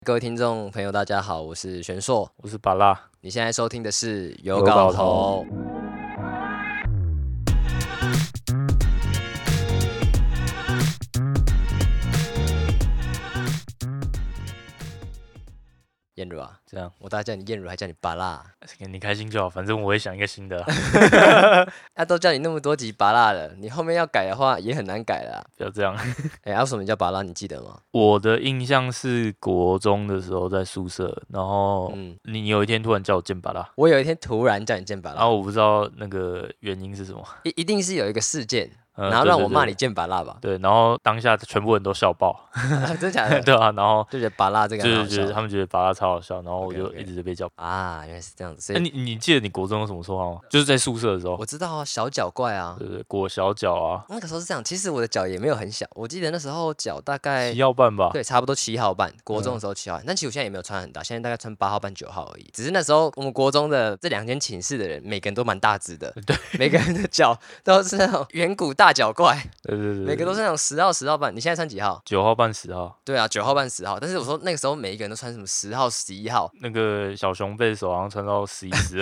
各位听众朋友，大家好，我是玄硕， 我是巴拉。 你现在收听的是有搞头。燕如啊， 这样， 我大概叫你燕如，还叫你巴拉， 你开心就好，反正我会想一个新的。 都叫你那么多集巴拉了，你后面要改的话也很难改了啊。 不要这样。 为什么你叫巴拉？你记得吗？ 我的印象是国中的时候在宿舍，然后你有一天突然叫我见巴拉， 我有一天突然叫你见巴拉， 然后我不知道那个原因是什么， 一定是有一个事件。然后让我骂你见巴拉吧。 对，然后当下全部人都笑爆， 真假的？ 对啊，然后就觉得巴拉这个很好笑， 他们觉得巴拉超好笑，然后我就一直被叫啊，原来是这样子。所以你记得你国中有什么绰号吗？就是在宿舍的时候。 我知道啊，小脚怪啊， 对，裹小脚啊。 那个时候是这样，其实我的脚也没有很小，我记得那时候脚大概 7号半吧。 对，差不多7号半。国中的时候7号半，但其实我现在也没有穿很大，现在大概穿8号半、9号而已。只是那时候我们国中的这2间寝室的人，每个人都蛮大只的， 对， 每个人的脚都是那种远古大脚怪。 对， 每个都是那种10号、10号半。你现在穿几号 ？9号半、10号。 对啊，9号半、10号。但是我说那个时候每一个人都穿什么10号、11号。 那个小熊贝手好像穿到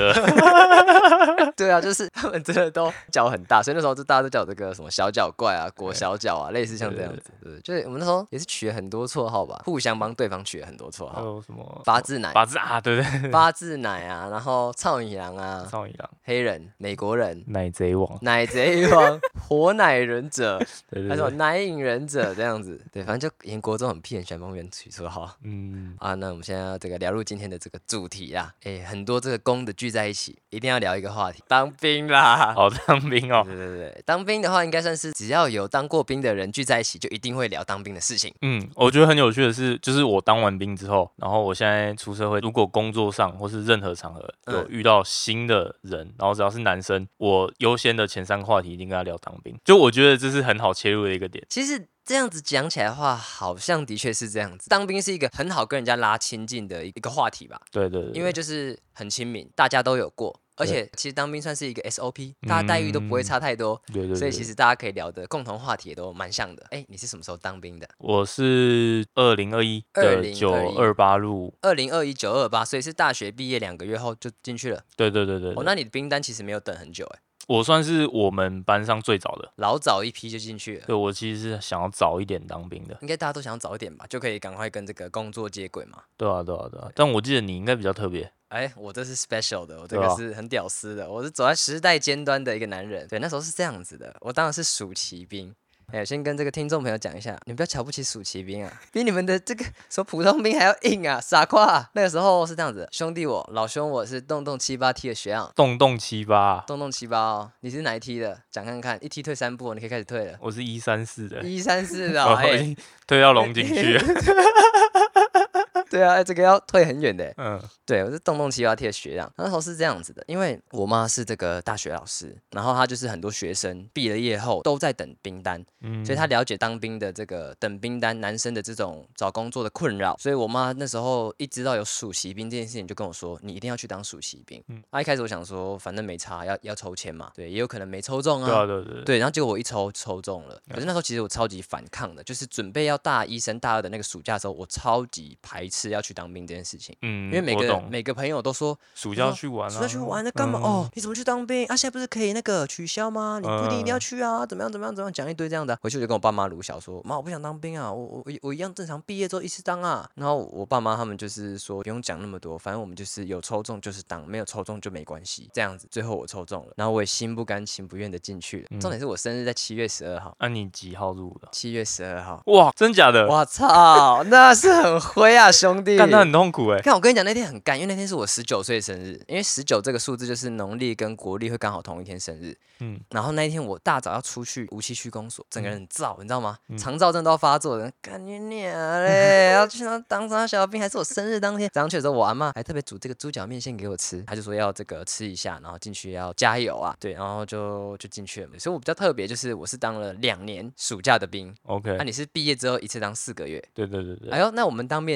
11、12。 对啊，就是他们真的都脚很大，所以那时候就大家都叫我这个什么小脚怪啊、裹小脚啊，类似像这样子。对，就是我们那时候也是取了很多绰号吧，互相帮对方取了很多绰号。 还有什么八字奶？ 八字啊，对对。 八字奶啊，然后糙米郎啊， 糙米郎、 黑人、美国人、 奶贼王、 奶贼王、活奶忍者， 对， 还有什么奶饮忍者这样子。对，反正就连国中很屁，很喜欢帮别人取绰号。那我们现在要这个聊入今天的这个主题啦。很多这个公的聚在一起，一定要聊一个话题，当兵啦。 好，当兵哦。 对，当兵的话，应该算是只要有当过兵的人聚在一起，就一定会聊当兵的事情。 我觉得很有趣的是，就是我当完兵之后，然后我现在出社会，如果工作上或是任何场合有遇到新的人，然后只要是男生，我优先的前3个话题一定跟他聊当兵。就我觉得这是很好切入的一个点。 其实这样子讲起来的话，好像的确是这样子。当兵是一个很好跟人家拉亲近的一个话题吧？ 对， 因为就是很亲民，大家都有过。而且其实当兵算是一个 SOP， 大家待遇都不会差太多， 对， 所以其实大家可以聊的共同话题也都蛮像的。你是什么时候当兵的？ 我是2021的928入 ，2021 928，所以是大学毕业2个月后就进去了。 对。 那你的兵单其实没有等很久我算是我们班上最早的， 老早一批就进去了。 对，我其实是想要早一点当兵的。 应该大家都想要早一点吧，就可以赶快跟这个工作接轨嘛。 对啊。但我记得你应该比较特别。 我这是 special 的，我这个是很屌丝的，我是走在时代尖端的一个男人。对，那时候是这样子的，我当然是暑期兵。先跟这个听众朋友讲一下，你们不要瞧不起暑期兵啊，比你们的这个什么普通兵还要硬啊，傻瓜啊。那个时候是这样子的，兄弟老兄我是洞洞78T 的学长， 洞洞78， 洞洞78哦，你是哪一梯的？讲看看，1梯退3步，你可以开始退了。 我是134的 ，134的我已经退到龙井去了。 对啊，这个要退很远的。对，我是洞洞78T的学长。那时候是这样子的，因为我妈是这个大学老师，然后她就是很多学生毕了业后都在等兵单，所以她了解当兵的这个等兵单男生的这种找工作的困扰。所以我妈那时候一知道有暑期兵这件事情，就跟我说，你一定要去当暑期兵。一开始我想说，反正没差，要抽签嘛，对，也有可能没抽中啊。对，然后结果我一抽中了。可是那时候其实我超级反抗的，就是准备要大1升大2的那个暑假的时候，我超级排斥要去当兵这件事情。因为每个朋友都说暑假去玩啊， 暑假去玩那干嘛？你怎么去当兵啊？现在不是可以那个取消吗？你不一定要去啊，怎么样讲一堆这样的。回去我就跟我爸妈鲁小说，妈我不想当兵啊，我一样正常毕业之后一次当啊。然后我爸妈他们就是说不用讲那么多，反正我们就是有抽中就是当，没有抽中就没关系这样子。最后我抽中了，然后我也心不甘情不愿的进去了。重点是我生日在7月12号。 你几号入的 ？7月12号。 哇，真假的？ 我操，那是很灰啊，兄弟。 干，那很痛苦看我跟你讲，那天很干，因为那天是我19岁生日，因为19这个数字就是农历跟国历会刚好同一天生日。然后那一天我大早要出去无锡区公所，整个人很燥，你知道吗？肠燥症都要发作的，干你娘嘞！要去当啥小兵，还是我生日当天。早上去的时候，我阿嬷还特别煮这个猪脚面线给我吃，她就说要这个吃一下，然后进去要加油啊，对，然后就进去了。所以我比较特别，就是我是当了2年暑假的兵。 OK， 你是毕业之后一次当4个月。 对。 那我们当兵的季节其实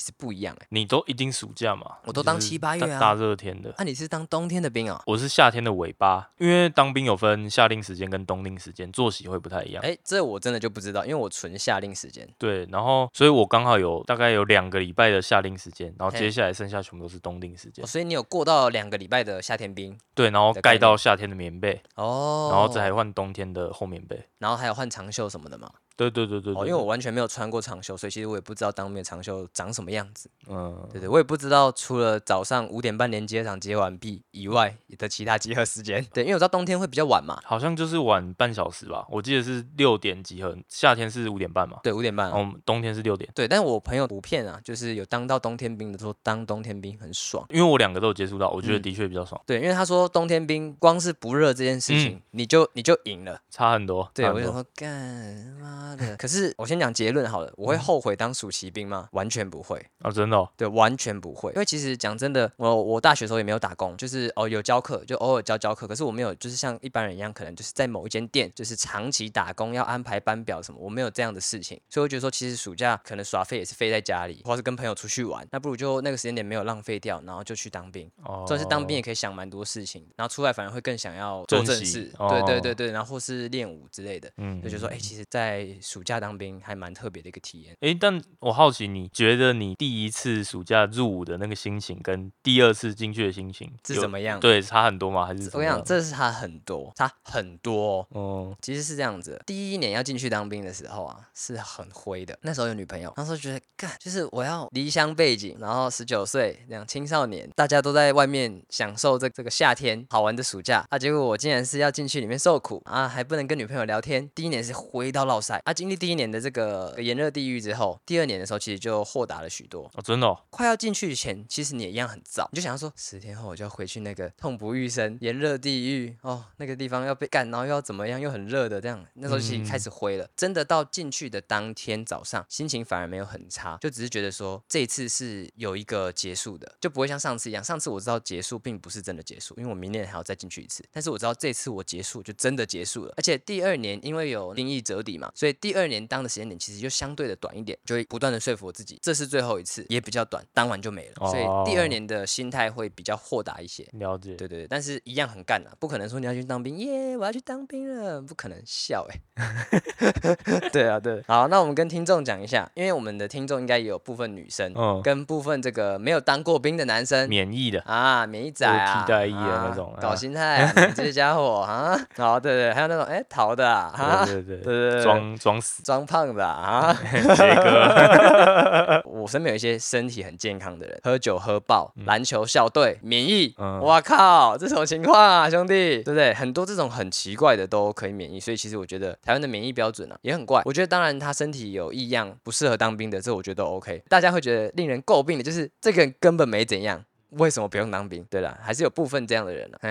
实不一样你都一定暑假嘛？ 我都当7、8月啊， 大热天的。 你是当冬天的兵啊？ 我是夏天的尾巴，因为当兵有分夏令时间跟冬令时间，作息会不太一样。 这我真的就不知道，因为我纯夏令时间。 对，然后所以我刚好大概有2个礼拜的夏令时间，然后接下来剩下全部都是冬令时间。 所以你有过到2个礼拜的夏天兵？ 对，然后盖到夏天的棉被，然后再还换冬天的厚棉被， 然后还有换长袖什么的嘛。 对， 因为我完全没有穿过长袖，所以其实我也不知道当兵的长袖长什么样子。对，我也不知道除了早上5点半连接场接完毕以外的其他集合时间。对，因为我知道冬天会比较晚嘛， 好像就是晚半小时吧，我记得是6点集合，夏天是5点半嘛。 对，5点半。 冬天是6点。 对，但是我朋友普遍啊，就是有当到冬天兵的说当冬天兵很爽， 因为我2个都有接触到，我觉得的确比较爽。 对，因为他说冬天兵光是不热这件事情，你就赢了， 差很多。 对，我就说干妈的。可是我先讲结论好了，我会后悔当暑期兵吗？完全不会真的。 对，完全不会。因为其实讲真的，我大学的时候也没有打工，就是有教课，就偶尔教课。可是我没有就是像一般人一样，可能就是在某一间店就是长期打工，要安排班表什么，我没有这样的事情。所以我觉得说，其实暑假可能耍废也是废在家里，或是跟朋友出去玩，那不如就那个时间点没有浪费掉，然后就去当兵。真的是当兵也可以想蛮多事情，然后出来反而会更想要做正事。对，然后或是练舞之类的。就觉得说，其实，在暑假当兵还蛮特别的一个体验。 但我好奇，你觉得你第一次暑假入伍的那个心情，跟第2次进去的心情是怎么样？ 对，差很多吗？还是我跟你讲，这是差很多。其实是这样子，第1年要进去当兵的时候啊，是很灰的。那时候有女朋友，那时候觉得干，就是我要离乡背井，然后19岁这样青少年，大家都在外面享受这个夏天好玩的暑假啊，结果我竟然是要进去里面受苦啊，还不能跟女朋友聊天。第1年是灰到落塞啊，经历第1年的这个炎热地狱之后，第2年的时候其实就豁达了许多。 真的。 快要进去前，其实你也一样很燥，你就想要说10天后我就要回去那个痛不欲生炎热地狱那个地方要被干，然后又要怎么样，又很热的这样。那时候其实开始灰了。真的到进去的当天早上，心情反而没有很差，就只是觉得说这一次是有一个结束的，就不会像上次一样。上次我知道结束并不是真的结束，因为我明年还要再进去一次。但是我知道这次我结束就真的结束了，而且第2年因为有兵役折抵嘛，所以第2年当的时间点其实就相对的短一点，就会不断的说服我自己，这是最后一次，也比较短，当完就没了。所以第2年的心态会比较豁达一些。 了解。 对，但是一样很干啊，不可能说你要去当兵耶，我要去当兵了，不可能笑对啊，对。好，那我们跟听众讲一下，因为我们的听众应该也有部分女生，跟部分这个没有当过兵的男生， 免疫的免疫仔啊， 替代役的那种， 搞心态啊，你这些家伙啊，对，还有那种逃的啊，对， 装死装胖的啊， 杰哥。 我身边有一些身体很健康的人，喝酒喝爆，篮球校队免疫，哇靠，这种情况啊，兄弟，对不对？很多这种很奇怪的都可以免疫，所以其实我觉得台湾的免疫标准啊也很怪。我觉得当然他身体有异样，不适合当兵的，这我觉得都 OK。大家会觉得令人诟病的就是这个人根本没怎样。为什么不用当兵？对啦，还是有部分这样的人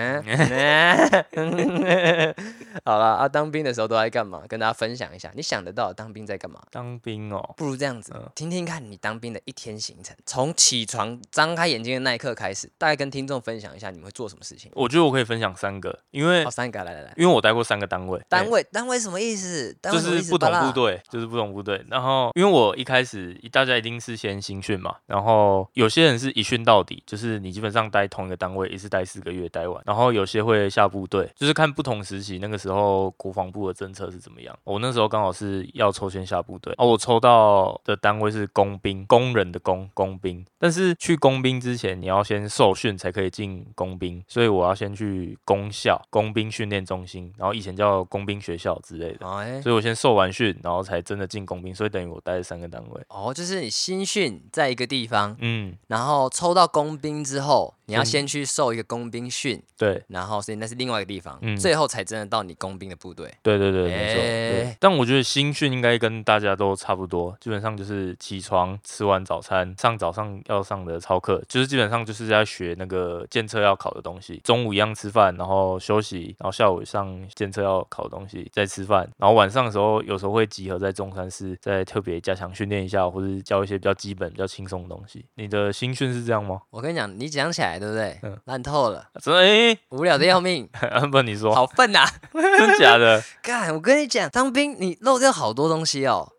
好了当兵的时候都在干嘛？跟大家分享一下，你想得到当兵在干嘛？ 当兵不如这样子，听听看你当兵的一天行程，从起床张开眼睛的那一刻开始，大概跟听众分享一下你们会做什么事情。 我觉得我可以分享3个，因为 3个，来， 因为我待过3个单位。 单位什么意思？ 就是不同部队，然后因为我一开始大家一定是先新训嘛，然后有些人是一训到底，就是你基本上待同一个单位，一次待4个月待完，然后有些会下部队，就是看不同时期那个时候国防部的政策是怎么样。我那时候刚好是要抽签下部队，我抽到的单位是工兵，工人的工兵，但是去工兵之前你要先受训才可以进工兵，所以我要先去工校工兵训练中心，然后以前叫工兵学校之类的，所以我先受完训，然后才真的进工兵，所以等于我待了3个单位。 就是你新训在一个地方，然后抽到工兵之后，你要先去受一个工兵训， 对， 然后所以那是另外一个地方，最后才真的到你工兵的部队。 对，没错。对，但我觉得新训应该跟大家都差不多，基本上就是起床吃完早餐，上早上要上的操课，就是基本上就是在学那个检测要考的东西。中午一样吃饭，然后休息，然后下午上检测要考的东西，再吃饭，然后晚上的时候有时候会集合在中山市，再特别加强训练一下，或者教一些比较基本、比较轻松的东西。你的新训是这样吗？ 我跟你讲，你讲起来对不对？烂透了， 真的无聊的要命。 不，你说， 好笨啊！ 真假的？ 干，我跟你讲，当兵你漏掉好多东西哦。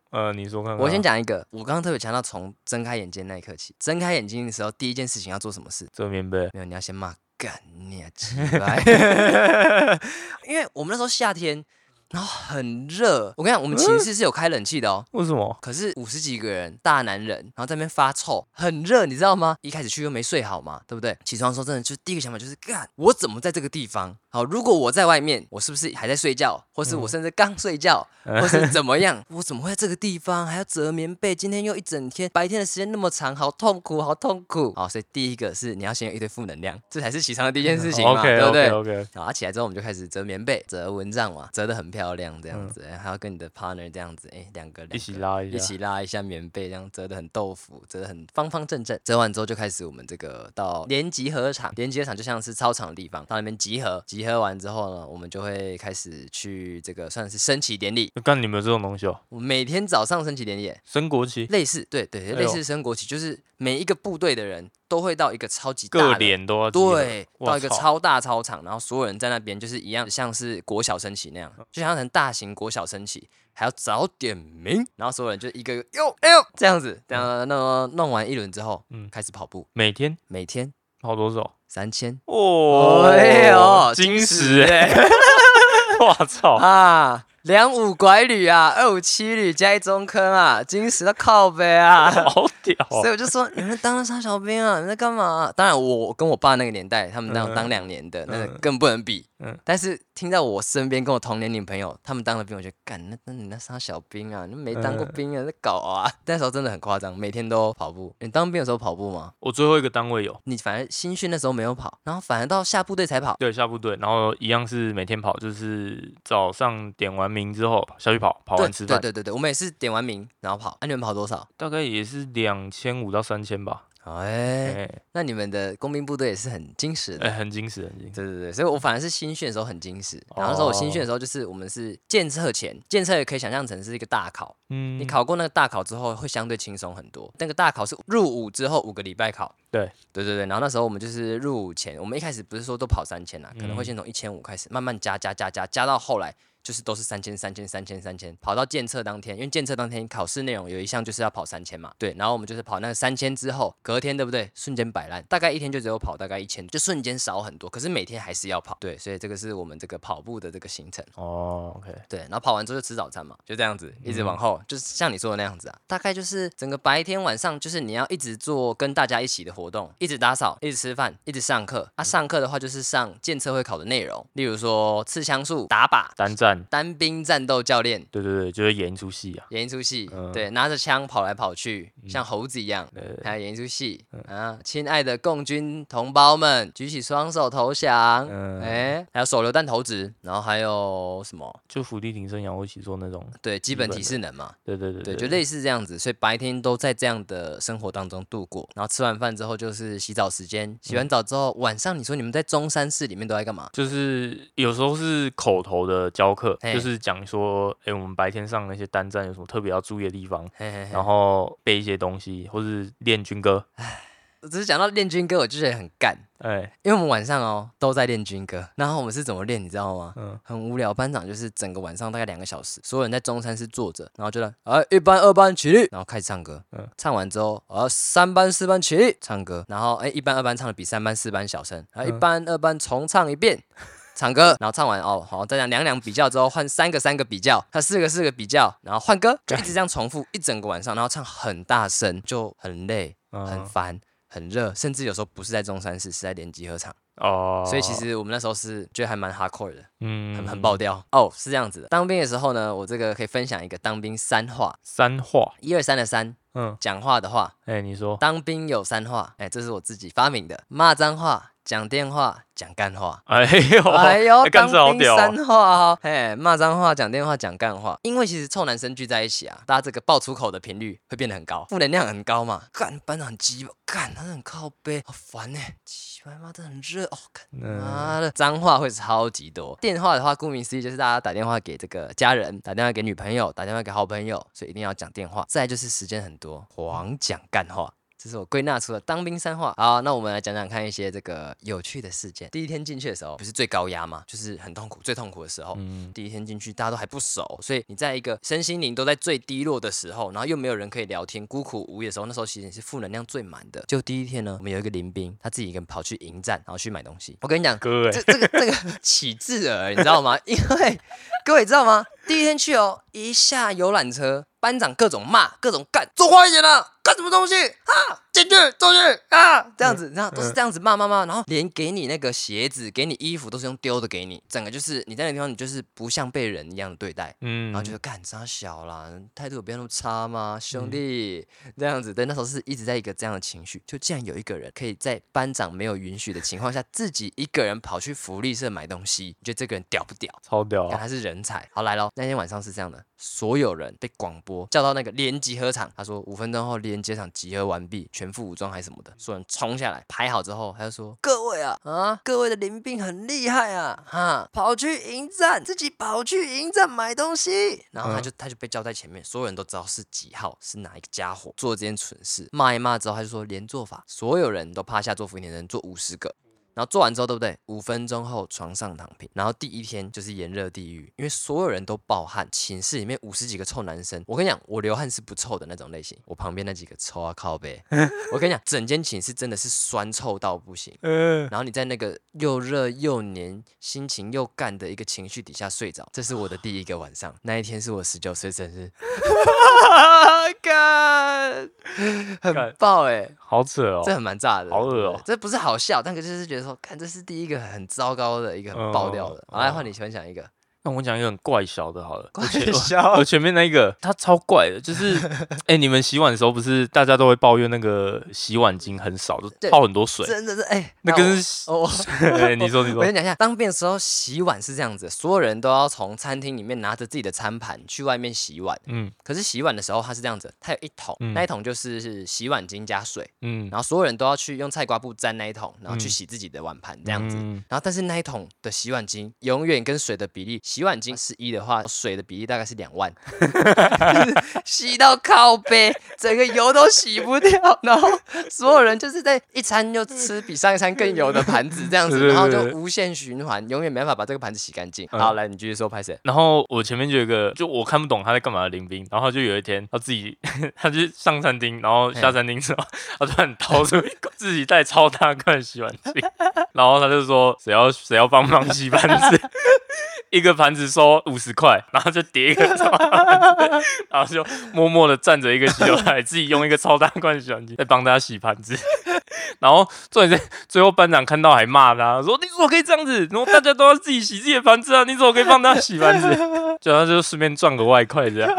你说看看。 我先讲一个，我刚刚特别强调从睁开眼睛那一刻起，睁开眼睛的时候，第一件事情要做什么事？ 折棉被。 没有，你要先骂干你啊鸡掰，因为我们那时候夏天。然后很热，我跟你讲，我们寝室是有开冷气的哦。 为什么？ 可是50几个人，大男人，然后在那边发臭，很热，你知道吗？一开始去又没睡好嘛，对不对？起床的时候真的就第一个想法就是干，我怎么在这个地方？好，如果我在外面，我是不是还在睡觉，或是我甚至刚睡觉，或是怎么样？我怎么会在这个地方还要折棉被？今天又一整天，白天的时间那么长，好痛苦，好痛苦。好，所以第一个是你要先有一堆负能量，这才是起床的第一件事情嘛，对不对 ？OK。 好，起来之后我们就开始折棉被、折蚊帐嘛，折得很漂亮这样子。还要跟你的 partner 这样子，两个一起拉一下棉被，这样折得很豆腐，折得很方方正正。折完之后就开始我们这个到联集合场，联集合场就像是操场的地方，到那边集合，集合完之后呢，我们就会开始去这个算是升旗典礼。 干你们有这种东西哦？ 我每天早上升旗典礼， 升国旗， 类似对，类似升国旗，就是每一个部队的人都会到一个超级大的， 各连都要对，到一个超大操场，然后所有人在那边就是一样，像是国小升旗那样，就像成大型国小升旗，还要早点名，然后所有人就一个呦这样子，弄完一轮之后，开始跑步， 每天跑多少 ？3000 哦， 哎呦， 金石哎，我操啊！25拐旅啊，257旅加一中坑啊，金石的靠北啊， 好屌！ 所以我就说，你们当了啥小兵啊？你们在干嘛？当然，我跟我爸那个年代，他们当2年的，那个更不能比。但是听到我身边跟我同年龄朋友，他们当了兵，我就干，那你那啥小兵啊？你没当过兵啊，在搞啊！那时候真的很夸张，每天都跑步。你当兵的时候跑步吗？ 我最后一个单位有。 你反而新训的时候没有跑，然后反而到下部队才跑。 对，下部队，然后一样是每天跑，就是早上点完名之后下去跑完吃饭。 对，我们也是点完名然后跑。你们跑多少？ 大概也是2500到3000吧。 那你们的工兵部队也是很精实的， 很精实。 对，所以我反而是新训的时候很精实。然后那时候我新训的时候，就是我们是检测前，检测也可以想象成是一个大考。你考过那个大考之后，会相对轻松很多。那个大考是入伍之后5个礼拜考。对。然后那时候我们就是入伍前，我们一开始不是说都跑3000可能会先从1500开始，慢慢加到后来。就是都是3000，跑到检测当天，因为检测当天考试内容有一项就是要跑3000嘛，对，然后我们就是跑那个3000之后，隔天对不对？瞬间摆烂，大概一天就只有跑大概1000，就瞬间少很多，可是每天还是要跑，对，所以这个是我们这个跑步的这个行程。 OK， 对，然后跑完之后就吃早餐嘛，就这样子一直往后，就是像你说的那样子啊，大概就是整个白天晚上就是你要一直做跟大家一起的活动，一直打扫，一直吃饭，一直上课啊，上课的话就是上检测会考的内容，例如说刺枪术、打靶、单兵战斗教练， 对，就是演一出戏啊， 对，拿着枪跑来跑去，像猴子一样，还要演一出戏啊！亲爱的共军同胞们，举起双手投降，还有手榴弹投掷，然后还有什么？ 就伏地挺身、仰卧起坐那种， 对，基本体适能嘛， 对， 就类似这样子，所以白天都在这样的生活当中度过，然后吃完饭之后就是洗澡时间，洗完澡之后晚上，你说你们在中山市里面都在干嘛？ 就是有时候是口头的教课。就是讲说，我们白天上那些单站有什么特别要注意的地方，然后背一些东西，或是练军歌。 我只是讲到练军歌，我就觉得很干。因为我们晚上都在练军歌，然后我们是怎么练，你知道吗？很无聊。班长就是整个晚上大概2个小时，所有人在中山室坐着，然后就1班、2班起立，然后开始唱歌。唱完之后，3班、4班起立唱歌，然后1班、2班唱的比3班、4班小声，然后1班、2班重唱一遍。唱歌，然后唱完好，再讲2比较之后换3个比较，他4个比较，然后换歌，就一直这样重复一整个晚上，然后唱很大声，就很累、很烦、很热，甚至有时候不是在中山市，是在联集合场。所以其实我们那时候是觉得还蛮 hardcore 的，很爆掉。是这样子的。当兵的时候呢，我这个可以分享一个当兵3话，1、2、3的3。讲话的话， 你说当兵有3话，这是我自己发明的，骂脏话、讲电话、讲干话。 哎呦， 当兵3话骂脏话、讲电话、讲干话。因为其实臭男生聚在一起啊，大家这个爆粗口的频率会变得很高，负能量很高嘛。干班长很鸡巴，干他很靠背，好烦鸡巴妈的很热妈的脏话会超级多。电话的话，顾名思义就是大家打电话给这个家人，打电话给女朋友，打电话给好朋友，所以一定要讲电话。再来就是时间很多，狂讲干话。 这是我归纳出的当兵3话。好，那我们来讲讲看一些这个有趣的事件。第一天进去的时候，不是最高压吗？就是很痛苦，最痛苦的时候。第一天进去，大家都还不熟，所以你在一个身心灵都在最低落的时候，然后又没有人可以聊天，孤苦无依的时候，那时候其实你是负能量最满的。就第一天呢，我们有一个林兵，他自己一个人跑去营站，然后去买东西。我跟你讲，这个启智儿，你知道吗？因为各位知道吗？第一天去哦，一下游览车，班长各种骂，各种干，做快一点啊！干什么东西啊？进去，走去啊！这样子，然后都是这样子骂，然后连给你那个鞋子、给你衣服都是用丢的给你，整个就是你在那个地方，你就是不像被人一样的对待，然后就是干啥小啦，态度有必要那么差吗，兄弟？这样子，对，那时候是一直在一个这样的情绪，就竟然有一个人可以在班长没有允许的情况下，自己一个人跑去福利社买东西，你觉得这个人屌不屌？ 超屌啊！ 他是人才。好，来咯，那天晚上是这样的，所有人被广播叫到那个连集合场，他说5分钟后连接场集合完毕，全副武装还是什么的，所有人冲下来排好之后，他就说：各位啊，各位的林兵很厉害啊，跑去营站，自己跑去营站买东西，然后他就被叫在前面，所有人都知道是几号，是哪一个家伙做这件蠢事，骂一骂之后，他就说连坐法，所有人都趴下做伏地挺身，做50个。然后做完之后，对不对？5分钟后床上躺平。然后第一天就是炎热地狱，因为所有人都暴汗，寝室里面50几个臭男生。我跟你讲，我流汗是不臭的那种类型，我旁边那几个臭啊靠背。我跟你讲，整间寝室真的是酸臭到不行。然后你在那个又热又黏、心情又干的一个情绪底下睡着，这是我的第一个晚上。那一天是我19岁生日。干，很爆好扯哦， 这很蛮炸的， 好恶哦， 这不是好笑，但就是觉得说，看这是第一个很糟糕的一个很爆掉的。好，来换你分享一个。 那我讲一个很怪小的好了， 怪小， 我前面那一个他超怪的，就是你们洗碗的时候不是大家都会抱怨那个洗碗巾很少，就泡很多水， 真的是那个是你说， 我先讲一下，当兵的时候洗碗是这样子，所有人都要从餐厅里面拿着自己的餐盘去外面洗碗，可是洗碗的时候它是这样子，它有一桶，那一桶就是洗碗巾加水，然后所有人都要去用菜瓜布沾那一桶，然后去洗自己的碗盘这样子，然后但是那一桶的洗碗巾永远跟水的比例。洗碗巾是1的话，水的比例大概是2万，洗到靠背，整个油都洗不掉，然后所有人就是在一餐又吃比上一餐更油的盘子这样子，然后就无限循环，永远没办法把这个盘子洗干净。好，来你继续说，拍谁？ 然后我前面就有一个，就我看不懂他在干嘛的林兵，然后就有一天他自己他去上餐厅，然后下餐厅之后，他突然掏出一个自己带超大罐洗碗巾，然后他就说谁要帮忙洗盘子。一个盘子收50块，然后就叠一个超大盘子，然后就默默的站着一个洗手台，自己用一个超大罐洗碗机在帮大家洗盘子。然后重点是最后班长看到还骂他说：“你怎么可以这样子？然后大家都要自己洗自己的盘子啊，你怎么可以帮大家洗盘子？”就他就顺便赚个外快这样。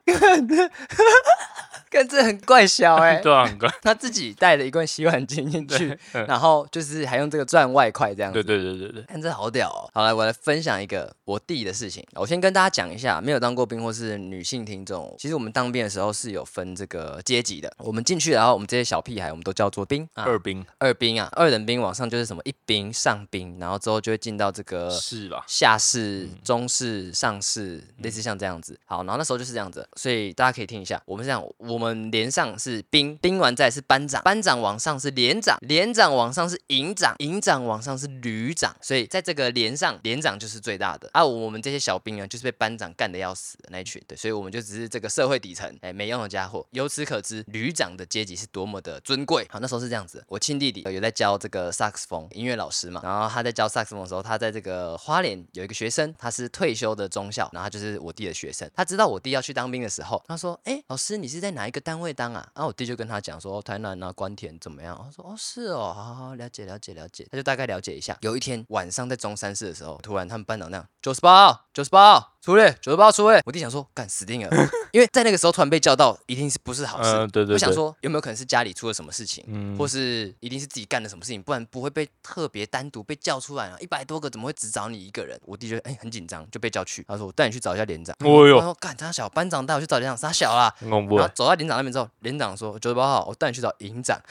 跟这很怪小对啊，很怪。 他自己带了一罐洗碗巾进去，然后就是还用这个赚外快这样子。 对， 看这好屌哦！好，来我来分享一个我弟的事情。我先跟大家讲一下，没有当过兵或是女性听众，其实我们当兵的时候是有分这个阶级的。我们进去然后我们这些小屁孩，我们都叫做兵， 二兵啊，2等兵往上就是什么1兵、上兵，然后之后就会进到这个士吧， 下士、中士、上士，类似像这样子。好，然后那时候就是这样子，所以大家可以听一下，我们是这样，我们连上是兵，兵完再是班长，班长往上是连长，连长往上是营长，营长往上是旅长，所以在这个连上，连长就是最大的啊。我们这些小兵呢，就是被班长干得要死的那一群，对，所以我们就只是这个社会底层，没用的家伙。由此可知，旅长的阶级是多么的尊贵。好，那时候是这样子，我亲弟弟有在教这个萨克斯风，音乐老师嘛，然后他在教萨克斯风的时候，他在这个花莲有一个学生，他是退休的中校，然后他就是我弟的学生，他知道我弟要去当兵的时候，他说：“老师，你是在哪一个单位当啊？”然后我弟就跟他讲说：“台南啊，关田怎么样？”他说：“哦，是哦，好，了解。”他就大概了解一下。有一天晚上在中山市的时候，突然他们班长那样98号出列，98号出列。我弟想说，干死定了，因为在那个时候突然被叫到，一定是不是好事。 对。 我想说有没有可能是家里出了什么事情，或是一定是自己干了什么事情，不然不会被特别单独被叫出来啊。100多个怎么会只找你一个人？我弟就很紧张，就被叫去。他说：“我带你去找一下连长。”他说：“干啥小班长带我去找连长，啥小啦？” 很恐怖。 然后走到连长那边之后，连长说：“98号，我带你去找营长。”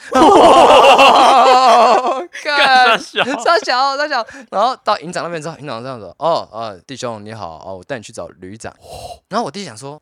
干啥小。然后到营长那边之后，营长这样说：“弟兄你好，我带你去找旅长。”然后我弟想说，到底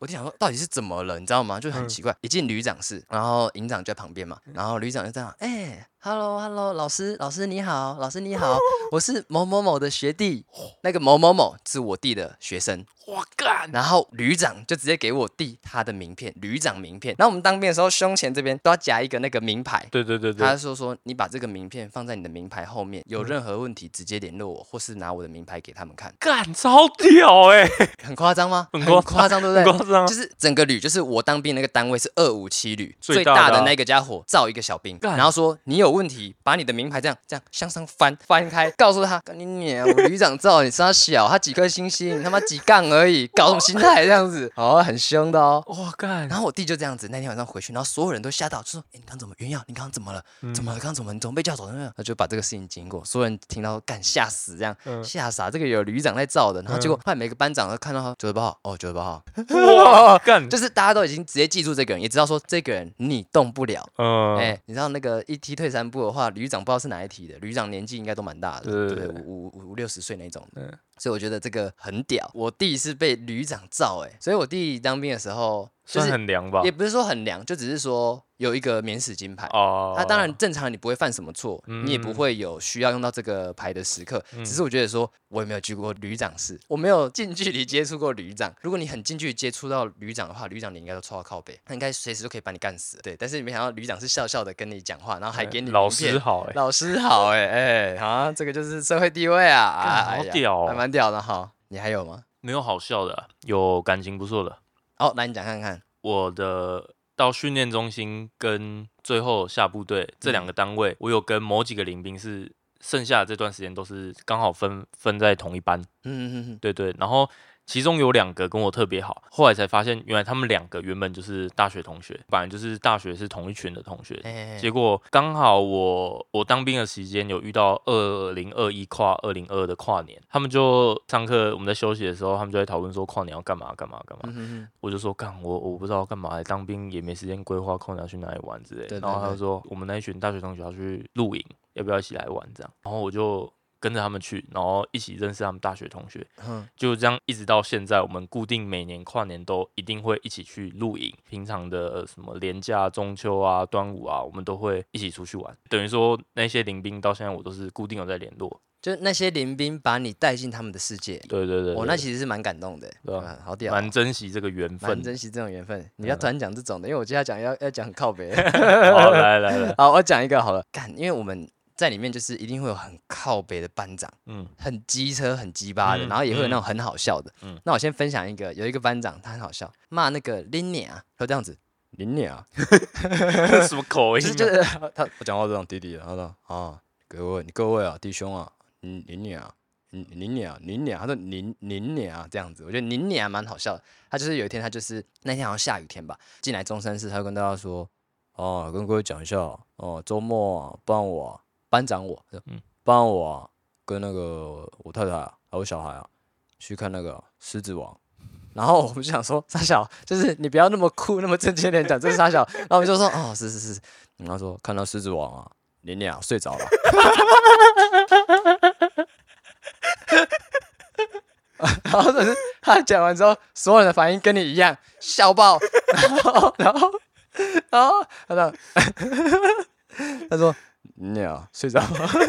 底是怎么了，你知道吗？就很奇怪。一进旅长室，然后营长就在旁边嘛，然后旅长就这样，Hello， 老师你好，老师你好，我是某某某的学弟，那个某某某是我弟的学生。 我干！ 然后旅长就直接给我弟他的名片，旅长名片。然后我们当兵的时候，胸前这边都要夹一个那个名牌。 对， 他说你把这个名片放在你的名牌后面，有任何问题直接联络我，或是拿我的名牌给他们看。 干，超屌很夸张吗？ 很夸张，对不对？ 很夸张。 就是整个旅，就是我当兵那个单位是257旅，最大的那个家伙造一个小兵，然后说你有问题，把你的名牌这样向上翻开，告诉他，干你娘！我旅长造你杀小，他几颗星星，你他妈几杠而已，搞什么心态这样子？哦，很凶的哦。 哇干！ 然后我弟就这样子，那天晚上回去，然后所有人都吓到，就说：“你刚怎么？袁耀，你刚刚怎么了？怎么了？刚怎么？你怎么被叫走了？”他就把这个事情经过，所有人听到干吓死，这样吓傻。这个有旅长在造的，然后结果后来每个班长都看到他98号，哦98号， 哇干！ 就是大家都已经直接记住这个人，也知道说这个人你动不了。你知道那个一梯退3步的话，旅长不知道是哪一梯的，旅长年纪应该都蛮大的，对，50-60岁那种的。所以我觉得这个很屌。我弟是被旅长罩所以我弟当兵的时候就是算很凉吧， 也不是说很凉，就只是说有一个免死金牌。他当然正常你不会犯什么错，你也不会有需要用到这个牌的时刻。只是我觉得说，我也没有去过旅长室，我没有近距离接触过旅长。如果你很近距离接触到旅长的话，旅长你应该都抽到靠背，他应该随时都可以把你干死。对，但是你没想到旅长是笑笑的跟你讲话，然后还给你老师好老师好好，这个就是社会地位啊， 好屌还蛮屌的哈。你还有吗？ 没有好笑的有感情不错的。 来你讲看看。 我的到训练中心跟最后下部队这2个单位，我有跟某几个临兵是剩下的这段时间都是刚好分在同一班。对，然后其中有2个跟我特别好，后来才发现原来他们2个原本就是大学同学，本来就是大学是同一群的同学。结果刚好我当兵的时间有遇到2021跨2022的跨年，他们就上课我们在休息的时候，他们就在讨论说跨年要干嘛。我就说干我不知道干嘛，当兵也没时间规划跨年要去哪里玩之类的。然后他就说我们那一群大学同学要去露营，要不要一起来玩这样？然后我就跟着他们去，然后一起认识他们大学同学，就这样一直到现在，我们固定每年跨年都一定会一起去露营。平常的什么连假、中秋啊、端午啊，我们都会一起出去玩。等于说那些临兵到现在我都是固定有在联络。 就那些临兵把你带进他们的世界。对，那其实是蛮感动的，对吧？好屌， 蛮珍惜这个缘分， 蛮珍惜这种缘分。你要突然讲这种的，因为我接下来要讲很靠北。 好，来， 好，我讲一个好了。干，因为我们在里面就是一定会有很靠北的班长，很机车、很鸡巴的，然后也会有那种很好笑的。那我先分享一个，有一个班长他很好笑，骂那个林鸟，他这样子，林鸟， 什么口音？ 就是我讲话这种弟弟，他说啊，各位啊，弟兄啊，林鸟。他说您娘这样子，我觉得您娘蛮好笑的。他就是有一天，他就是那天好像下雨天吧，进来中山市，他就跟大家说，跟各位讲一下周末帮我班长帮我跟那个我太太还有小孩去看那个狮子王。然后我们就想说，傻小，就是你不要那么酷，那么正经点讲，这是傻小。然后我们就说，是。然后说看到狮子王您娘睡着了。然后就是他讲完之后，所有人的反应跟你一样，笑爆。然后他说你俩睡着了。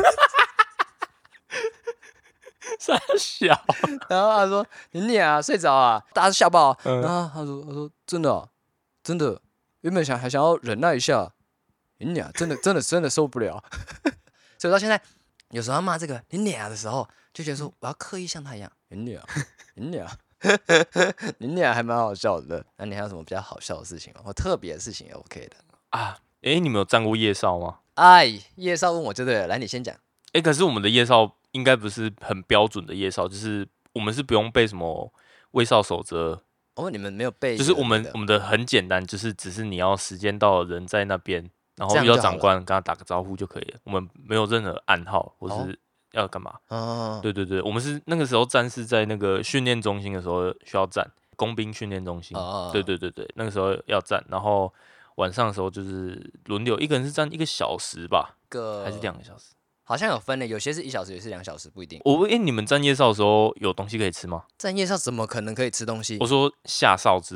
傻小。 然后他说你俩睡着啊，大家都笑爆。然后他说真的，原本还想要忍耐一下，你俩真的受不了。所以到现在，有时候他骂这个你俩的时候，就觉得说我要刻意像他一样，你俩还蛮好笑的。那你还有什么比较好笑的事情吗？或特别的事情也 OK 的啊？你们有站过夜哨吗？ 夜哨问我就对了，来你先讲。 可是我们的夜哨应该不是很标准的夜哨，就是我们是不用背什么卫哨守则。 你们没有背？ 就是我们的很简单，就是只是你要时间到了，人在那边，然后遇到长官跟他打个招呼就可以了。我们没有任何暗号或是要干嘛。对，我们是那个时候站是在那个训练中心的时候需要站，工兵训练中心。对，那个时候要站，然后晚上的时候就是轮流，一个人是站1个小时吧，还是2个小时？ 好像有分的，有些是1小时，有些是2小时，不一定。 你们站夜哨的时候有东西可以吃吗？ 站夜哨怎么可能可以吃东西？ 我说下哨之后，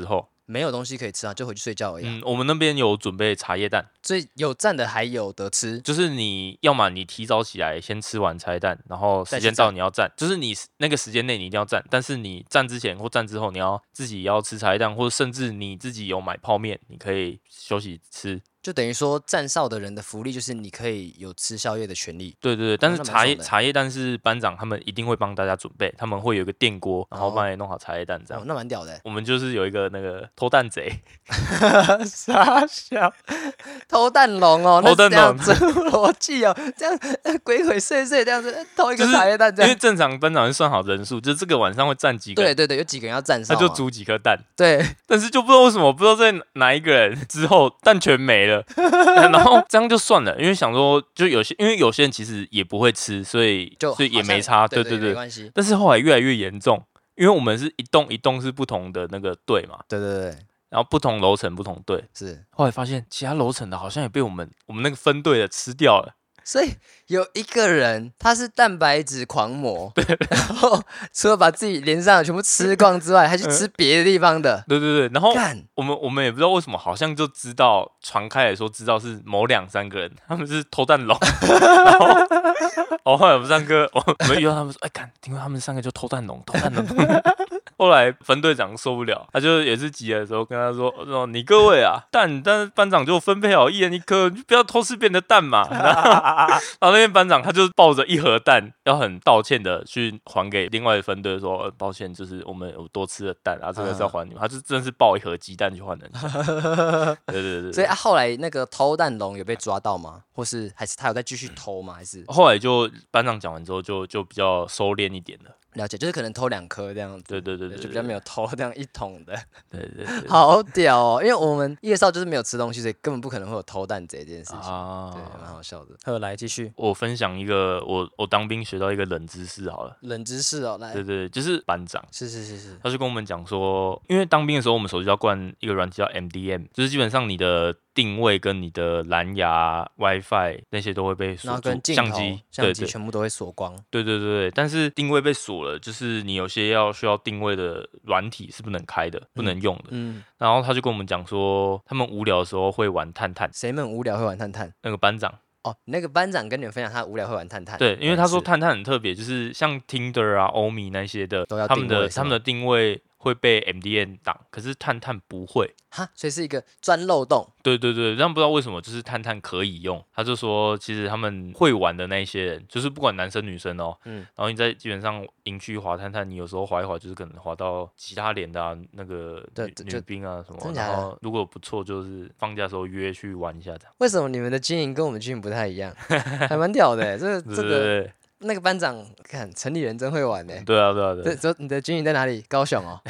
没有东西可以吃啊，就回去睡觉而已、 我们那边有准备茶叶蛋， 所以有站的还有得吃， 就是你要么你提早起来先吃完茶叶蛋，然后时间到你要站，就是你那个时间内你一定要站，但是你站之前或站之后，你要自己要吃茶叶蛋，或者甚至你自己有买泡面，你可以休息吃。 就等于说站哨的人的福利就是你可以有吃宵夜的权利。 对，但是茶叶蛋是班长他们一定会帮大家准备，他们会有一个电锅，然后帮你弄好茶叶蛋这样。 那蛮屌的。 我们就是有一个那个偷蛋贼， 傻笑，偷蛋龙哦， 偷蛋龙这逻辑哦，这样鬼鬼祟祟这样子偷一个茶叶蛋这样。 因为正常班长会算好人数，就是这个晚上会站几个人。 对，有几个人要站哨， 他就煮几颗蛋。 对， 但是就不知道为什么，不知道在哪一个人之后蛋全没了。然后这样就算了，因为想说就因为有些人其实也不会吃，所以也没差，对， 没关系。 但是后来越来越严重，因为我们是一栋一栋是不同的那个队嘛， 对， 然后不同楼层不同队， 是后来发现其他楼层的好像也被我们那个分队的吃掉了。 所以有一个人他是蛋白质狂魔，然后除了把自己脸上的全部吃光之外，还去吃别的地方的。 对，然后我们也不知道为什么，好像就知道传开来说知道是某2-3个人，他们是偷蛋龙。然后后来我们上课，我们遇到他们说，听说他们3个就偷蛋龙。后来分队长受不了，他就也是急的时候跟他说：“你各位啊，但是班长就分配好1人1颗，你就不要偷吃别人的蛋嘛。”然后那边班长他就抱着1盒蛋，要很道歉的去还给另外的分队说：“抱歉，就是我们有多吃了蛋啊，这个是要还你们。”他就真的是抱1盒鸡蛋去还人家。对。 所以后来那个偷蛋龙有被抓到吗？或是还是他有再继续偷吗？还是后来就班长讲完之后就比较收敛一点了。 了解，就是可能偷2颗这样子。 对， 就比较没有偷这样1桶的。 对， 好屌哦！因为我们夜少就是没有吃东西，所以根本不可能会有偷蛋贼这件事情。对，蛮好笑的。好，来继续。 我分享一个我当兵学到一个冷知识好了。 冷知识哦，来。 对，就是班长。 是。 他就跟我们讲说，因为当兵的时候我们手机要灌一个软件叫 MDM， 就是基本上你的定位跟你的蓝牙、WiFi 那些都会被锁住，相机全部都会锁光。 对，但是定位被锁了，就是你有些需要定位的软体是不能开的，不能用的。然后他就跟我们讲说，他们无聊的时候会玩探探。 谁们无聊会玩探探？ 那个班长。 哦，那个班长跟你们分享他无聊会玩探探。 对，因为他说探探很特别，就是像 Tinder 啊、欧米那些的，他们的定位会被 MDN 挡，可是探探不会。 哈，所以是一个钻漏洞。 对，但不知道为什么，就是探探可以用。他就说，其实他们会玩的那些人，就是不管男生女生哦，然后你在基本上营区滑探探，你有时候滑一滑，就是可能滑到其他连的啊，那个女兵啊什么，然后如果不错，就是放假的时候约去玩一下这样。 为什么你们的经营跟我们经营不太一样？还蛮屌的，这个。那个班长，看城里人真会玩呢。 对啊。 你的军营在哪里？高雄哦。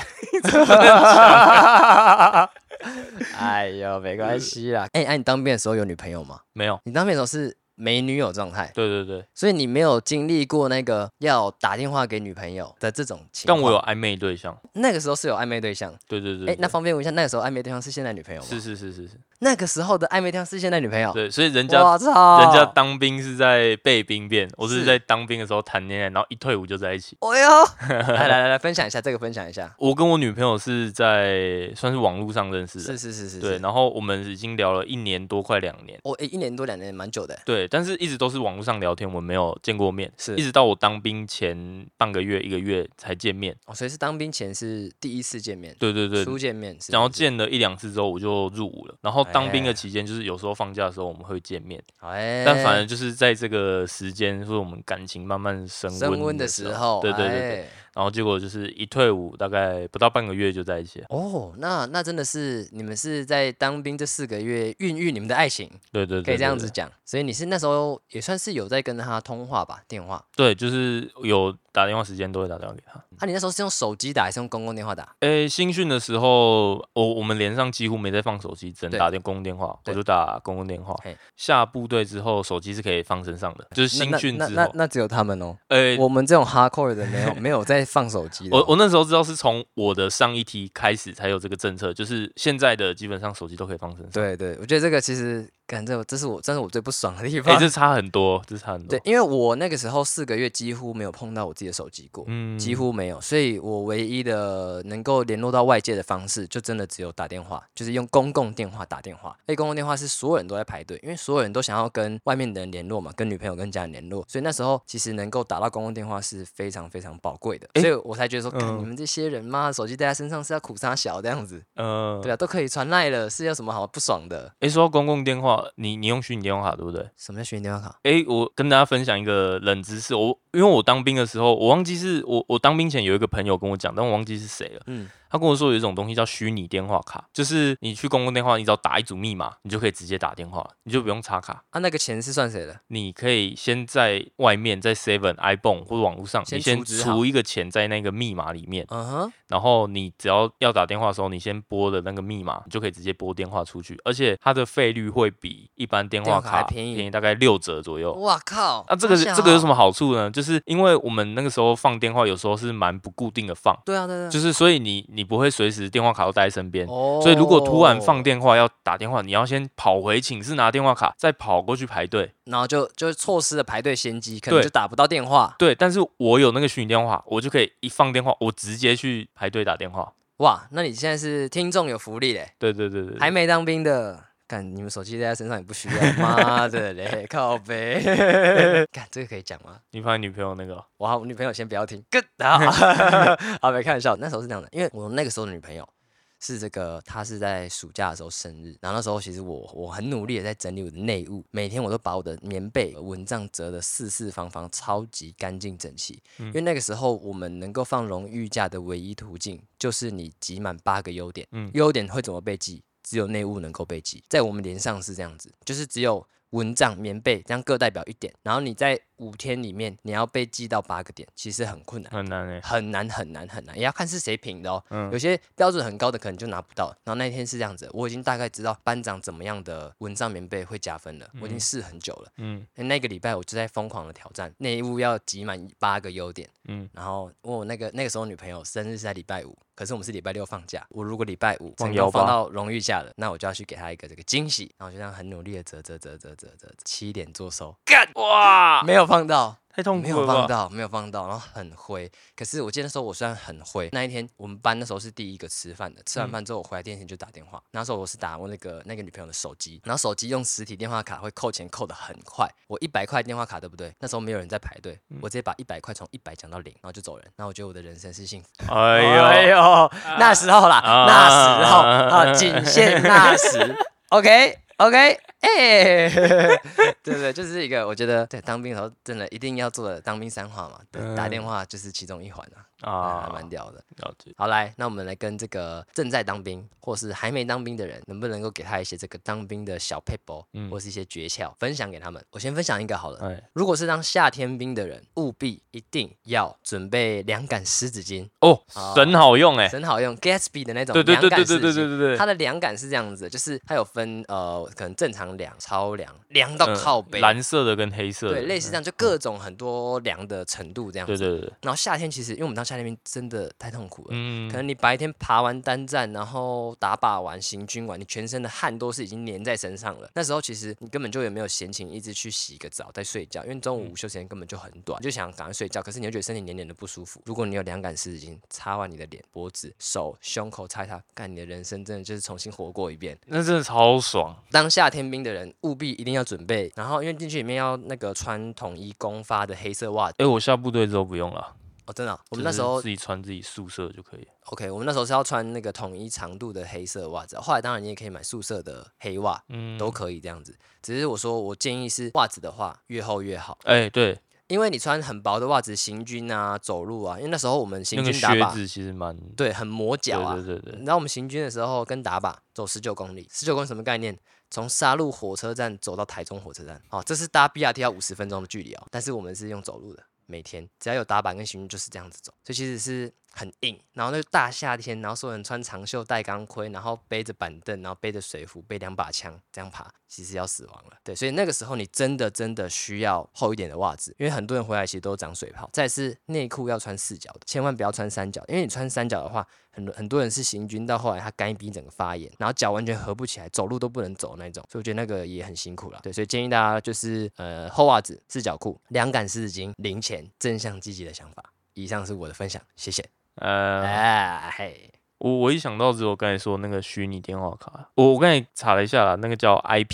哎呦，没关系啦。你当兵的时候有女朋友吗？ 没有。 你当兵的时候是没女友状态？ 对。 所以你没有经历过那个要打电话给女朋友的这种情况。 但我有暧昧对象。 那个时候是有暧昧对象。 对。 那方便问一下，那个时候暧昧对象是现在女朋友吗？ 是。 那个时候的暧昧对象是现在女朋友。 对，所以人家当兵是在备兵变，我是在当兵的时候谈恋爱，然后一退伍就在一起。 哎呦，来分享一下这个，分享一下。 我跟我女朋友是在算是网络上认识的。 是。 对，然后我们已经聊了1年多，快2年。 1年多2年蛮久的。 对，但是一直都是网络上聊天，我们没有见过面， 是一直到我当兵前半个月、1个月才见面。 所以是当兵前是第一次见面。 对， 初见面。 然后见了1-2次之后，我就入伍了。然后当兵的期间，就是有时候放假的时候我们会见面。但反正就是在这个时间，是我们感情慢慢升温的时候。 对。然后结果就是一退伍，大概不到半个月就在一起了。 哦，那真的是你们是在当兵这4个月孕育你们的爱情。 对， 可以这样子讲。所以你是那时候也算是有在跟他通话吧，电话。 对，就是有打电话时间都会打电话给他。 你那时候是用手机打还是用公共电话打？ 新训的时候，我们连上几乎没在放手机，只能打公共电话，我就打公共电话。下部队之后，手机是可以放身上的，就是新训之后。 那只有他们哦。我们这种 hardcore 的没有在放手机的。 我那时候知道是从我的上一梯开始才有这个政策，就是现在的基本上手机都可以放身上。 对，我觉得这个其实干这是我最不爽的地方。 这差很多，这差很多。 对，因为我那个时候4个月几乎没有碰到我自己的手机过，几乎没有，所以我唯一的能够联络到外界的方式，就真的只有打电话，就是用公共电话打电话。公共电话是所有人都在排队，因为所有人都想要跟外面的人联络嘛，跟女朋友跟家人联络，所以那时候其实能够打到公共电话是非常非常宝贵的，所以我才觉得说，你们这些人嘛，手机带在身上是要苦杀小这样子，对啊，都可以传赖了，是有什么好不爽的？ 说到公共电话，你用虚拟电话卡对不对？ 什么叫虚拟电话卡？ 我跟大家分享一个冷知识，因为我当兵的时候，我忘记是我当兵前有一个朋友跟我讲，但我忘记是谁了。他跟我说有一种东西叫虚拟电话卡，就是你去公共电话，你只要打一组密码，你就可以直接打电话，你就不用插卡。 那个钱是算谁的？ 你可以先在外面，在 Seven、iPhone 或者网络上，你先储一个钱在那个密码里面，然后你只要打电话的时候，你先拨的那个密码，你就可以直接拨电话出去，而且它的费率会比一般电话卡便宜大概6折左右。 哇靠！ 这个有什么好处呢？就是因为我们那个时候放电话，有时候是蛮不固定的放。 对啊， 就是所以你不会随时电话卡都带在身边，所以如果突然放电话要打电话，你要先跑回寝室拿电话卡，再跑过去排队， 然后就错失了排队先机，可能就打不到电话。 对，但是我有那个虚拟电话，我就可以一放电话，我直接去排队打电话。 哇，那你现在是听众有福利嘞！ 对， 还没当兵的。干，你们手机带在身上也不需要，妈的嘞，靠北！干，这个可以讲吗？ 你怕你女朋友那个？ 我女朋友先不要听。好，没开玩笑，那时候是这样的，因为我那个时候的女朋友是她是在暑假的时候生日，然后那时候其实我很努力的在整理我的内务，每天我都把我的棉被蚊帐折得四四方方，超级干净整齐。因为那个时候我们能够放荣誉假的唯一途径，就是你集满8个优点。优点会怎么被记？只有内务能够被记，在我们连上是这样子，就是只有蚊帐、棉被这样各代表1点，然后你在5天里面你要被记到8个点，其实很困难，很难，也要看是谁评的哦。有些标准很高的可能就拿不到。然后那一天是这样子，我已经大概知道班长怎么样的蚊帐、棉被会加分了，我已经试很久了。那个礼拜我就在疯狂的挑战内务要集满8个优点。然后我那个时候女朋友生日是在礼拜5。可是我们是礼拜6放假，我如果礼拜5成功放到荣誉假了，那我就要去给他一个这个惊喜，然后就这样很努力的折，7点做收，干哇，没有放到。 太痛苦了吧？ 没有放到，然后很灰。可是我记得那时候我虽然很灰，那一天我们班那时候是第一个吃饭的，吃完饭之后我回来第二天就打电话。那时候我是打我那个女朋友的手机，然后手机用实体电话卡会扣钱扣得很快。我100块电话卡对不对？那时候没有人在排队，我直接把100块从100降到0，然后就走人。然后我觉得我的人生是幸福。哎呦，那时候啦，那时候啊，仅限那时。OK，对，就是一个我觉得在当兵的时候真的一定要做的当兵3话嘛，打电话就是其中1环啊，还蛮屌的。 了解。 好，来，那我们来跟这个正在当兵或是还没当兵的人，能不能够给他一些这个当兵的小撇步，或是一些诀窍，分享给他们？我先分享一个好了。如果是当夏天兵的人，务必一定要准备凉感湿纸巾哦，神好用神好用 ，Gatsby 的那种凉感湿纸巾。 对， 它的凉感是这样子，就是它有分可能正常凉、超凉、凉到靠背， 蓝色的跟黑色的， 对，类似这样，就各种很多凉的程度这样子。对。然后夏天其实因为我们当夏天兵真的太痛苦了，可能你白天爬完单站，然后打靶完、行军完，你全身的汗都是已经粘在身上了。那时候其实你根本就也没有闲情一直去洗个澡再睡觉，因为中午午休时间根本就很短，你就想赶快睡觉，可是你又觉得身体黏黏的不舒服。如果你有凉感湿纸巾，擦完你的脸、脖子、手、胸口擦一擦，干，你的人生真的就是重新活过一遍， 那真的超爽。 当夏天兵的人务必一定要准备，然后因为进去里面要那个穿统一公发的黑色袜子。 我下部队之后不用了。 哦，真的我们那时候自己穿自己宿舍就可以。 OK， 我们那时候是要穿那个统一长度的黑色袜子，后来当然你也可以买宿舍的黑袜，都可以这样子。只是我建议是袜子的话越厚越好。 对。 因为你穿很薄的袜子行军啊、走路啊，因为那时候我们行军打靶， 那个靴子其实对， 很磨脚啊。 对。 你知道我们行军的时候跟打靶走19公里，19公里什么概念？从沙鹿火车站走到台中火车站，这是搭 BRT 要50分钟的距离哦。但是我们是用走路的，每天只要有打靶跟行军就是这样子走，所以其实是很硬，然后那个大夏天，然后所有人穿长袖戴钢盔，然后背着板凳，然后背着水壶，背2把枪这样爬，其实要死亡了。对，所以那个时候你真的需要厚一点的袜子，因为很多人回来其实都长水泡。再是内裤要穿4角的，千万不要穿3角，因为你穿3角的话，很多人是行军到后来他干逼整个发炎，然后脚完全合不起来，走路都不能走那种，所以我觉得那个也很辛苦啦。对，所以建议大家就是厚袜子、4角裤、两杆湿纸巾、零钱，正向积极的想法。以上是我的分享，谢谢。嘿。 我一想到只有刚才说那个虚拟电话卡，我刚才查了一下啦，那个叫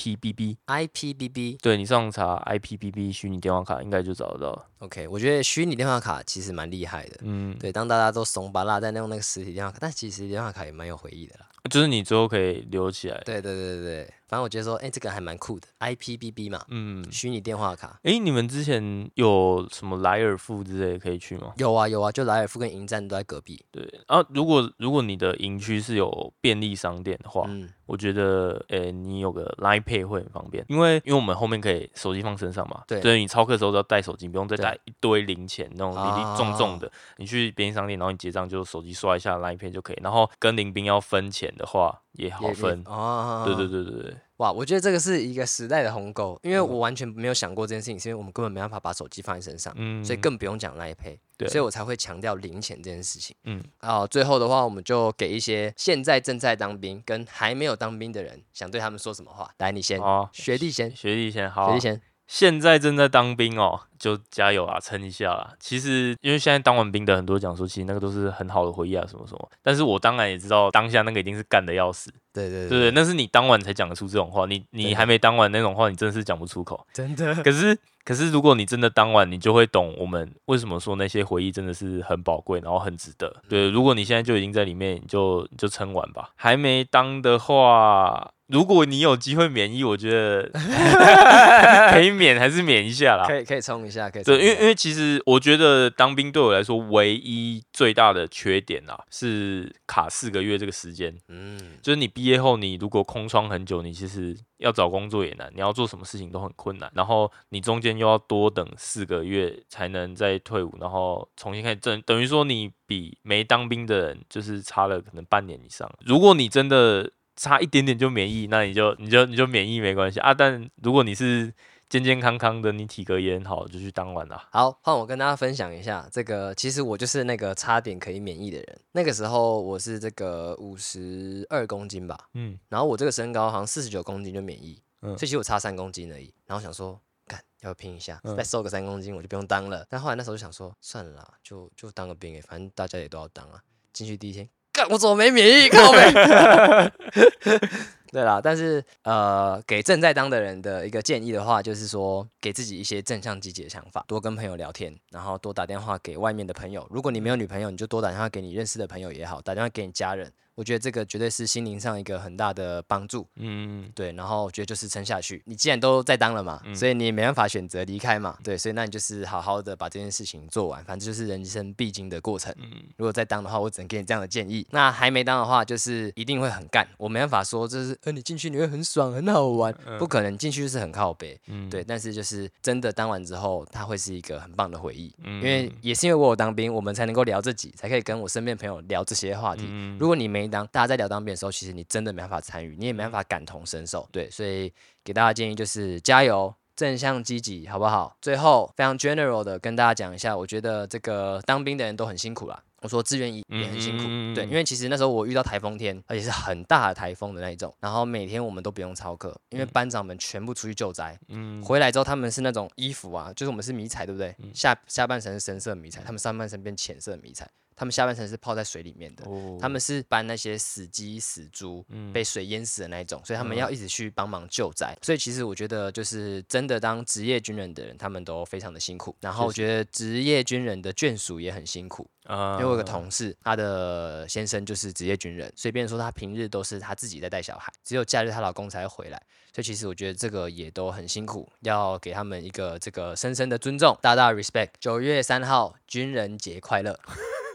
IPBB， 对，你上查 IPBB 虚拟电话卡应该就找得到了。 OK， 我觉得虚拟电话卡其实蛮厉害的，对，当大家都怂巴拉在用那个实体电话卡，但其实实体电话卡也蛮有回忆的啦， 就是你最后可以留起来。 对，反正我觉得说，这个还蛮酷的 ，IPBB 嘛，虚拟电话卡。 你们之前有什么莱尔富之类的可以去吗？ 有啊，就莱尔富跟营站都在隔壁。 对，如果你的营区是有便利商店的话，我觉得，你有个 Line Pay 会很方便，因为我们后面可以手机放身上嘛，对，你操课的时候都要带手机，不用再带一堆零钱那种粒粒重重的。你去便利商店，然后你结账就手机刷一下 Line Pay 就可以，然后跟林兵要分钱的话也好分。对。 哇，我觉得这个是一个时代的鸿沟，因为我完全没有想过这件事情，是因为我们根本没办法把手机放在身上，所以更不用讲Line Pay，所以我才会强调零钱这件事情。最后的话，我们就给一些现在正在当兵跟还没有当兵的人，想对他们说什么话？来，你先，学弟先， 好， 学弟先。 现在正在当兵哦，就加油啊，撑一下啦。其实因为现在当完兵的很多讲说，其实那个都是很好的回忆啊，什么什么。但是我当然也知道，当下那个一定是干的要死。对，那是你当完才讲得出这种话，你还没当完那种话，你真的是讲不出口。 真的。 可是如果你真的当完，你就会懂我们为什么说那些回忆真的是很宝贵，然后很值得。对，如果你现在就已经在里面，你就撑完吧。还没当的话，如果你有机会免役，我觉得可以免，还是免一下啦。 可以冲一下，对， 因为其实我觉得当兵对我来说唯一最大的缺点啊，是卡4个月这个时间。就是你毕业后，你如果空窗很久，你其实要找工作也难，你要做什么事情都很困难。然后你中间又要多等4个月才能再退伍，然后重新开始等于说你比没当兵的人就是差了可能半年以上。如果你真的差一点点就免疫，那你就免疫没关系啊。但如果你是健健康康的，你体格也很好，就去当完啦。 好，换我跟大家分享一下这个。其实我就是那个差点可以免疫的人。那个时候我是这个52公斤吧，然后我这个身高好像49公斤就免疫，所以其实我差3公斤而已。然后想说，要拼一下，再瘦个3公斤我就不用当了。但后来那时候就想说，算了啦，就当个兵反正大家也都要当啊。进去第1天，我怎么没免疫？靠北。对啦，但是给正在当的人的一个建议的话，就是说给自己一些正向积极的想法，多跟朋友聊天，然后多打电话给外面的朋友。如果你没有女朋友，你就多打电话给你认识的朋友也好，打电话给你家人。我觉得这个绝对是心灵上一个很大的帮助。对，然后我觉得就是撑下去。你既然都在当了嘛，所以你也没办法选择离开嘛。对，所以那你就是好好的把这件事情做完，反正就是人生必经的过程。如果在当的话，我只能给你这样的建议。那还没当的话，就是一定会很干。我没办法说就是你进去你会很爽很好玩，不可能进去就是很靠北。对，但是就是真的当完之后，它会是一个很棒的回忆。因为也是因为我有当兵，我们才能够聊这集，才可以跟我身边朋友聊这些话题。如果你没当，大家在聊当兵的时候，其实你真的没办法参与，你也没办法感同身受。对，所以给大家建议就是加油，正向积极，好不好？最后非常 general 的跟大家讲一下，我觉得这个当兵的人都很辛苦啦。我说志愿役也很辛苦，对，因为其实那时候我遇到台风天，而且是很大的台风的那一种，然后每天我们都不用操课，因为班长们全部出去救灾，回来之后他们是那种衣服啊，就是我们是迷彩，对不对？下半身是深色迷彩，他们上半身变浅色迷彩。他们下半身是泡在水里面的，他们是搬那些死鸡死猪，被水淹死的那一种，所以他们要一直去帮忙救灾。所以其实我觉得就是真的当职业军人的人，他们都非常的辛苦。然后我觉得职业军人的眷属也很辛苦。因为我有个同事，他的先生就是职业军人，所以变成说他平日都是他自己在带小孩，只有假日她老公才会回来。所以其实我觉得这个也都很辛苦，要给他们一个这个深深的尊重，大大 respect。9月3号军人节快乐！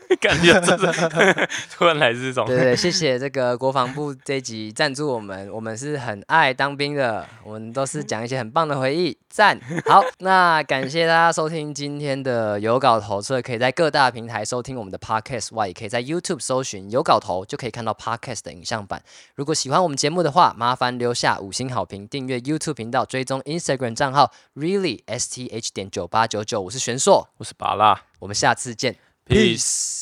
感觉真的突然来这种。 对，谢谢这个国防部这一集赞助我们，我们是很爱当兵的，我们都是讲一些很棒的回忆，赞。好，那感谢大家收听今天的有稿头，除了可以在各大平台收听我们的 podcast 外，也可以在 YouTube 搜寻有稿头，就可以看到 podcast 的影像版。如果喜欢我们节目的话，麻烦留下5星好评，订阅 YouTube 频道，追踪 Instagram 账号 really STH.9899，我是玄硕， 我是拔蜡， 我们下次见 ，peace。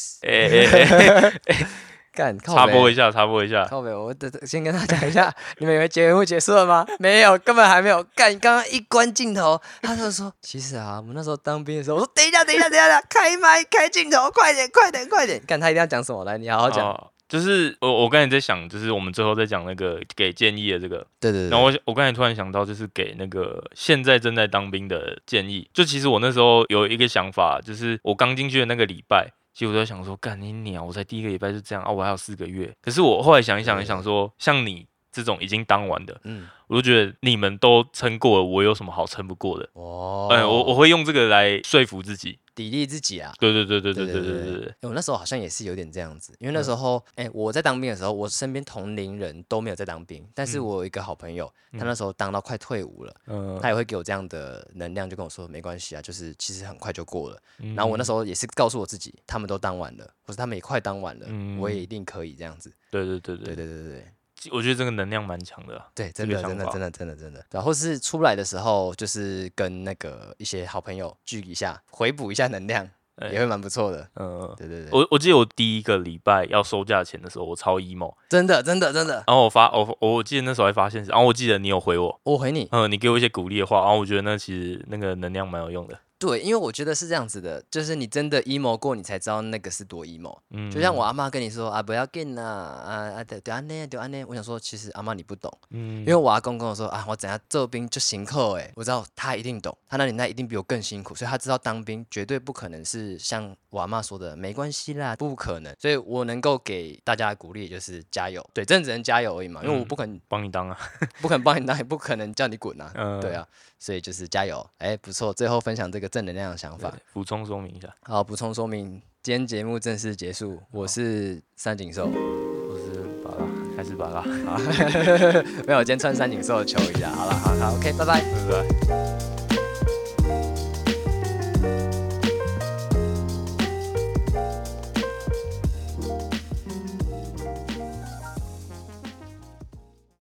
干， 插播一下， 靠北，我先跟他讲一下，你们以为节目结束了吗？没有，根本还没有。干，刚刚一关镜头，他就说，其实啊，我们那时候当兵的时候，我说等一下，开麦开镜头，快点。干，他一定要讲什么来？你好好讲。 就是我刚才在想，就是我们最后在讲那个给建议的这个， 对。 然后我刚才突然想到，就是给那个现在正在当兵的建议。就其实我那时候有一个想法，就是我刚进去的那个礼拜，其实我在想说，干你娘！我才第1个礼拜就这样啊，我还有4个月。可是我后来想一想，想说，像你这种已经当完的，我就觉得你们都撑过了，我有什么好撑不过的？我会用这个来说服自己。 砥砺自己啊！ 对。 我那时候好像也是有点这样子，因为那时候，我在当兵的时候，我身边同龄人都没有在当兵，但是我有一个好朋友，他那时候当到快退伍了，他也会给我这样的能量，就跟我说没关系啊，就是其实很快就过了。然后我那时候也是告诉我自己，他们都当完了，或是他们也快当完了，我也一定可以这样子。 对。我觉得这个能量蛮强的。 对，真的。然后是出来的时候，就是跟那个一些好朋友聚一下，回补一下能量，也会蛮不错的。对。 我记得我第1个礼拜要收假前的时候，我超 emo， 真的。 然后我记得那时候还发现，然后我记得你有回我， 我回你， 你给我一些鼓励的话，然后我觉得那其实那个能量蛮有用的。 对，因为我觉得是这样子的，就是你真的 emo 过，你才知道那个是多 emo。就像我阿妈跟你说啊，不要紧啦，对安内，我想说，其实阿妈你不懂，因为我阿公跟我说啊，我等下做兵就辛苦我知道他一定懂，他那年代一定比我更辛苦，所以他知道当兵绝对不可能是像我阿妈说的没关系啦，不可能。所以我能够给大家的鼓励就是加油，对，真的只能加油而已嘛，因为我不可能帮你当啊， 不可能帮你当，也不可能叫你滚啊，对啊。所以就是加油，不错。最后分享这个正能量的想法， 补充说明一下。 好，补充说明，今天节目正式结束。我是三井寿， 我是巴拉，还是巴拉。 没有，我今天穿三井寿的球衣啊。好了，好，OK，拜拜。